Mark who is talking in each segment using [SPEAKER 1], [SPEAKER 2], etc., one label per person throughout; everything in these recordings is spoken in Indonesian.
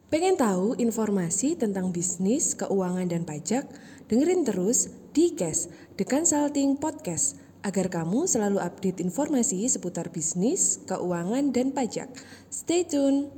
[SPEAKER 1] Pengen tahu informasi tentang bisnis, keuangan, dan pajak? Dengerin terus di Cash, The Consulting Podcast, agar kamu selalu update informasi seputar bisnis, keuangan, dan pajak. Stay tune!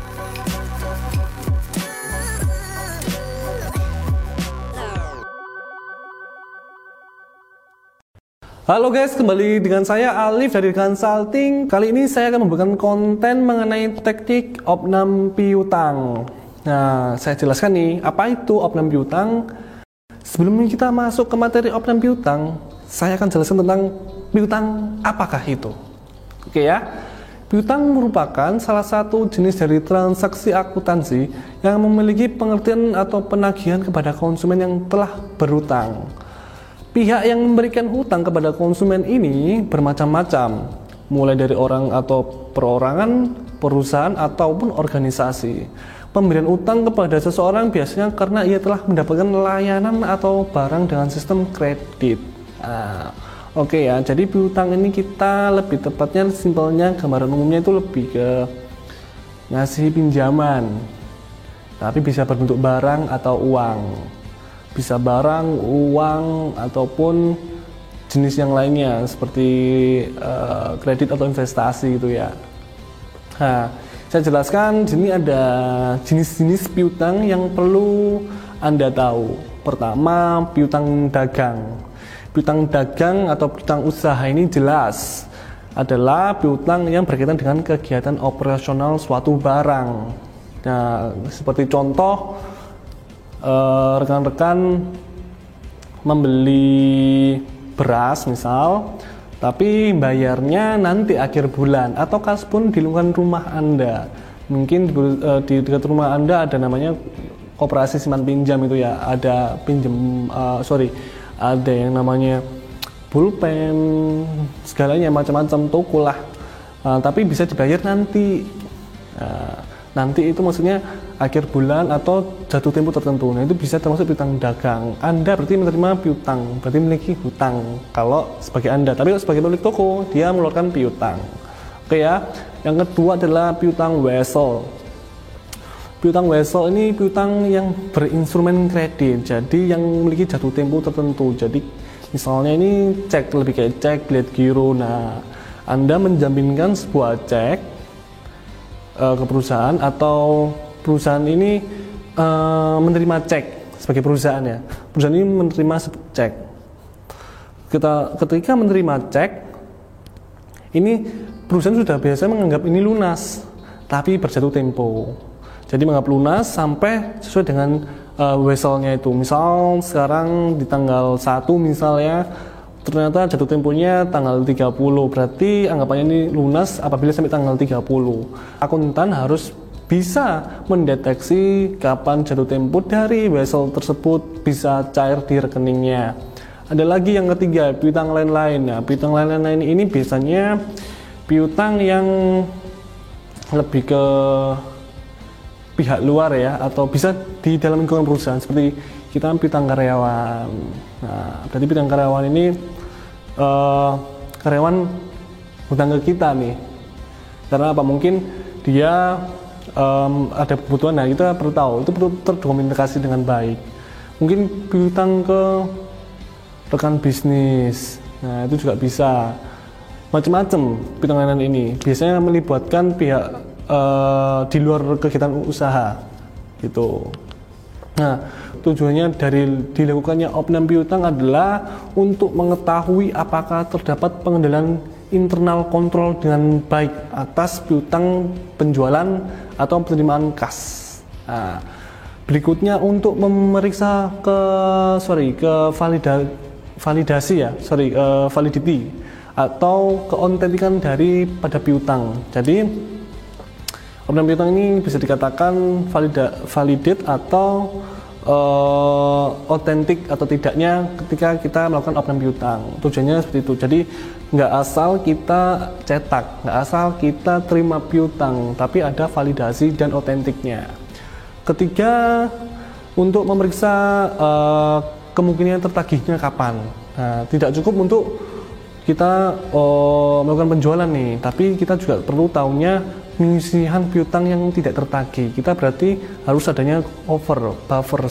[SPEAKER 2] Halo guys, kembali dengan saya Alif dari Consulting. Kali ini saya akan membuat konten mengenai teknik opnam piutang. Nah, saya jelaskan nih, apa itu opnam piutang. Sebelum kita masuk ke materi opnam piutang, saya akan jelaskan tentang piutang apakah itu. Oke ya, piutang merupakan salah satu jenis dari transaksi akuntansi yang memiliki pengertian atau penagihan kepada konsumen yang telah berutang. Pihak yang memberikan hutang kepada konsumen ini bermacam-macam, mulai dari orang atau perorangan, perusahaan, ataupun organisasi. Pemberian utang kepada seseorang biasanya karena ia telah mendapatkan layanan atau barang dengan sistem kredit. Oke ya, jadi piutang ini kita lebih tepatnya, simpelnya, gambaran umumnya itu lebih ke ngasih pinjaman, tapi bisa berbentuk barang atau uang. Bisa barang, uang, ataupun jenis yang lainnya seperti kredit atau investasi gitu ya. Nah, saya jelaskan sini ada jenis-jenis piutang yang perlu Anda tahu. Pertama, piutang dagang. Piutang dagang atau piutang usaha ini jelas adalah piutang yang berkaitan dengan kegiatan operasional suatu barang. Nah, seperti contoh, rekan-rekan membeli beras misal, tapi bayarnya nanti akhir bulan, atau pun di lingkungan rumah Anda. Mungkin di dekat rumah Anda ada namanya koperasi simpan pinjam itu ya, ada ada yang namanya pulpen, segalanya macam-macam toko lah, tapi bisa dibayar nanti. Nanti itu maksudnya akhir bulan atau jatuh tempo tertentu. Nah, itu bisa termasuk piutang dagang. Anda berarti menerima piutang, berarti memiliki hutang kalau sebagai Anda. Tapi kalau sebagai pemilik toko, dia mengeluarkan piutang. Oke ya. Yang kedua adalah piutang wesel. Piutang wesel ini piutang yang berinstrumen kredit. Jadi yang memiliki jatuh tempo tertentu. Jadi misalnya ini cek, lebih kayak cek, bilet giro. Nah, Anda menjaminkan sebuah cek ke perusahaan, atau perusahaan ini menerima cek sebagai perusahaan ya. Perusahaan ini menerima cek. Ketika menerima cek, ini perusahaan sudah biasa menganggap ini lunas, tapi berjatuh tempo. Jadi menganggap lunas sampai sesuai dengan weselnya itu. Misal sekarang di tanggal 1 misalnya, ternyata jatuh temponya tanggal 30, berarti anggapannya ini lunas apabila sampai tanggal 30. Akuntan harus bisa mendeteksi kapan jatuh tempo dari wesel tersebut bisa cair di rekeningnya. Ada lagi yang ketiga, piutang lain-lain. Nah, piutang lain-lain ini biasanya piutang yang lebih ke pihak luar ya, atau bisa di dalam lingkungan perusahaan, seperti kita piutang karyawan. Nah, berarti piutang karyawan ini karyawan hutang ke kita nih. Karena apa? Mungkin dia ada kebutuhan. Nah, kita perlu tahu, itu perlu terdokumentasi dengan baik. Mungkin piutang ke rekan bisnis. Nah, itu juga bisa. Macam-macam piutang lain ini. Biasanya melibatkan pihak di luar kegiatan usaha gitu. Nah, tujuannya dari dilakukannya opnam piutang adalah untuk mengetahui apakah terdapat pengendalian internal kontrol dengan baik atas piutang penjualan atau penerimaan kas. Nah, berikutnya untuk memeriksa validity atau keautentikan dari pada piutang. Jadi opnam piutang ini bisa dikatakan validate atau otentik atau tidaknya ketika kita melakukan opnam piutang. Tujuannya seperti itu. Jadi nggak asal kita cetak, nggak asal kita terima piutang, tapi ada validasi dan otentiknya. Ketiga, untuk memeriksa kemungkinan tertagihnya kapan. Nah, tidak cukup untuk kita melakukan penjualan nih, tapi kita juga perlu tahunya penyisihan piutang yang tidak tertagih. Kita berarti harus adanya buffer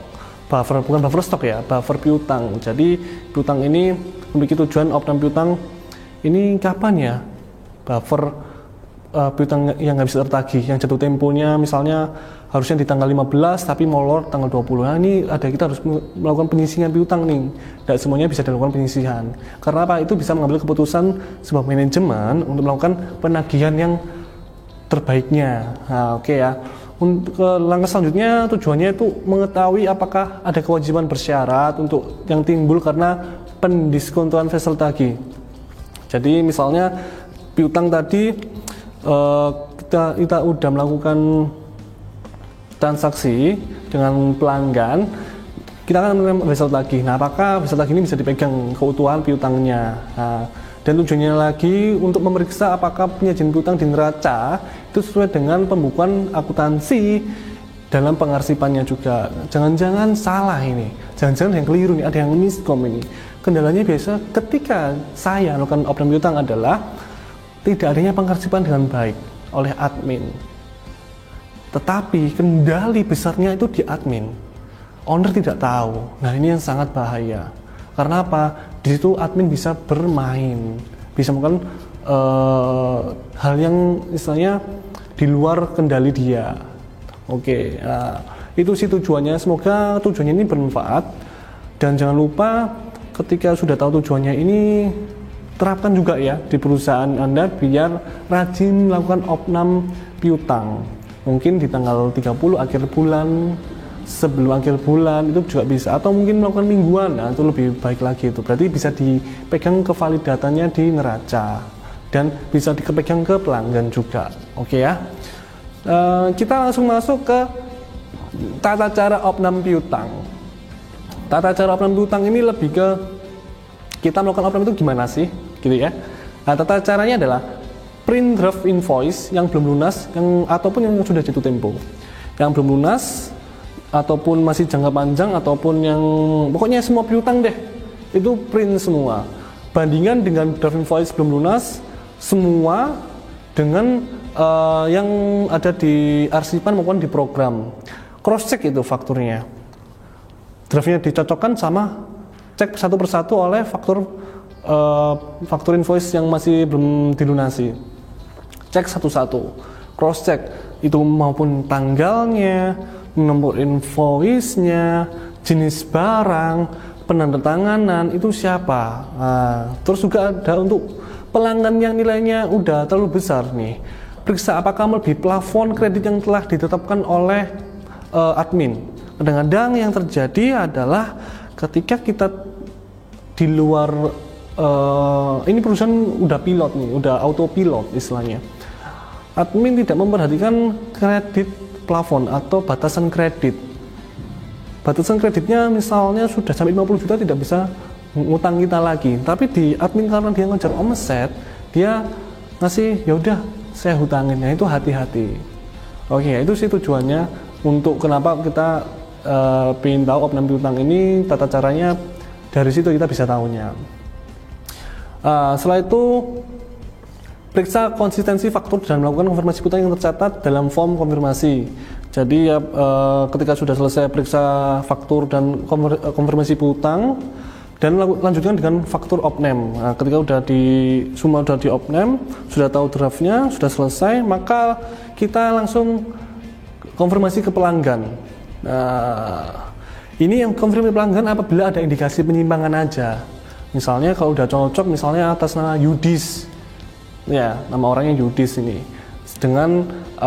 [SPEAKER 2] piutang. Jadi piutang ini memiliki tujuan opnam piutang ini kapan ya? Buffer piutang yang nggak bisa tertagih, yang jatuh temponya misalnya harusnya di tanggal 15 tapi molor tanggal 20. Nah, ini kita harus melakukan penyisihan piutang nih. Tidak semuanya bisa dilakukan penyisihan. Karena apa? Itu bisa mengambil keputusan sebuah manajemen untuk melakukan penagihan yang terbaiknya. Nah, oke ya. Untuk langkah selanjutnya tujuannya itu mengetahui apakah ada kewajiban bersyarat untuk yang timbul karena pendiskontoan vessel tagih. Jadi misalnya piutang tadi kita udah melakukan transaksi dengan pelanggan, kita akan menerima vessel tagih. Nah, apakah vessel tagih ini bisa dipegang keutuhan piutangnya? Nah, dan tujuannya lagi untuk memeriksa apakah penyajian piutang di neraca itu sesuai dengan pembukuan akuntansi dalam pengarsipannya juga. Jangan-jangan salah ini, jangan-jangan yang keliru nih, ada yang miskom ini. Kendalanya biasa ketika saya melakukan opnam piutang adalah tidak adanya pengarsipan dengan baik oleh admin. Tetapi kendali besarnya itu di admin. Owner tidak tahu. Nah, ini yang sangat bahaya. Karena apa? Di situ admin bisa bermain, bisa melakukan hal yang istilahnya di luar kendali dia. Oke, nah, itu sih tujuannya. Semoga tujuannya ini bermanfaat. Dan jangan lupa ketika sudah tahu tujuannya ini, terapkan juga ya di perusahaan Anda biar rajin melakukan opnam piutang. Mungkin di tanggal 30 akhir bulan, sebelum akhir bulan itu juga bisa, atau mungkin melakukan mingguan. Nah, itu lebih baik lagi itu. Berarti bisa dipegang kevalidatannya di neraca dan bisa dipegang ke pelanggan juga. Oke ya. Kita langsung masuk ke tata cara opnam piutang. Tata cara opnam piutang ini lebih ke kita melakukan opnam itu gimana sih, gitu ya. Nah, tata caranya adalah print draft invoice yang belum lunas, ataupun yang sudah jatuh tempo, yang belum lunas, ataupun masih jangka panjang, ataupun yang pokoknya semua piutang deh, itu print semua. Bandingkan dengan draft invoice belum lunas, semua dengan yang ada di arsipan maupun di program. Cross check itu fakturnya. Draftnya dicocokkan sama cek satu persatu oleh faktur invoice yang masih belum dilunasi. Cek satu-satu, cross check itu maupun tanggalnya, nomor invoice-nya, jenis barang, penandatanganan itu siapa. Nah, terus juga ada untuk pelanggan yang nilainya udah terlalu besar nih, periksa apakah melebihi plafon kredit yang telah ditetapkan oleh admin. Kadang-kadang yang terjadi adalah ketika kita di luar ini perusahaan udah pilot nih, udah autopilot istilahnya. Admin tidak memperhatikan kredit plafon atau batasan kredit. Batasan kreditnya misalnya sudah sampai 50 juta tidak bisa ngutang kita lagi. Tapi di admin karena dia ngejar omset, dia ngasih ya udah saya hutangin. Nah, itu hati-hati. Oke, itu sih tujuannya untuk kenapa kita pengen tahu opnam piutang ini, tata caranya dari situ kita bisa tahunya. Setelah itu periksa konsistensi faktur dan melakukan konfirmasi piutang yang tercatat dalam form konfirmasi. Jadi ya, ketika sudah selesai periksa faktur dan konfirmasi piutang dan lanjutkan dengan faktur opnam. Nah, ketika semua udah di opnam, sudah tahu draftnya, sudah selesai, maka kita langsung konfirmasi ke pelanggan. Nah, ini yang konfirmasi pelanggan apabila ada indikasi penyimpangan aja. Misalnya kalau udah cocok, misalnya atas nama Yudis, ya nama orangnya Yudis ini, dengan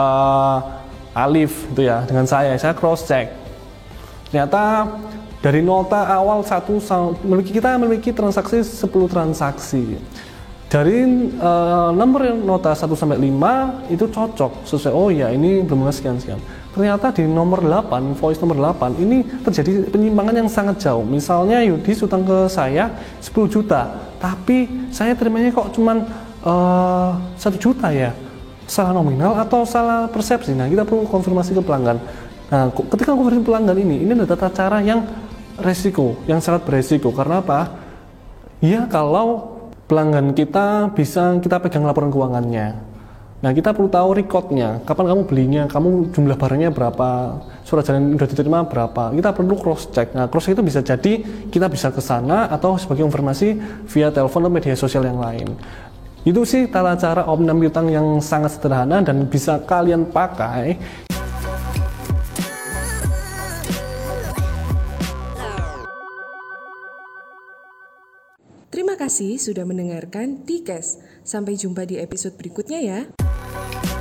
[SPEAKER 2] Alif itu ya, dengan saya cross check. Ternyata dari nota awal kita memiliki transaksi 10 transaksi. Dari nomor nota 1 sampai 5 itu cocok sesuai, oh ya ini belum sekian. Ternyata di nomor 8, voice nomor 8 ini terjadi penyimpangan yang sangat jauh. Misalnya Yudis utang ke saya 10 juta, tapi saya terimanya kok cuman 1 juta ya. Salah nominal atau salah persepsi. Nah, kita perlu konfirmasi ke pelanggan. Nah, ketika konfirmasi pelanggan ini adalah tata cara yang resiko, yang sangat beresiko. Karena apa? Ya, kalau pelanggan kita bisa kita pegang laporan keuangannya. Nah, kita perlu tahu recordnya, kapan kamu belinya, kamu jumlah barangnya berapa, surat jalan yang sudah diterima berapa. Kita perlu cross check. Nah, cross check itu bisa jadi kita bisa ke sana atau sebagai informasi via telepon atau media sosial yang lain. Itu sih tata cara opnam piutang yang sangat sederhana dan bisa kalian pakai.
[SPEAKER 1] Terima kasih sudah mendengarkan Dikes. Sampai jumpa di episode berikutnya ya.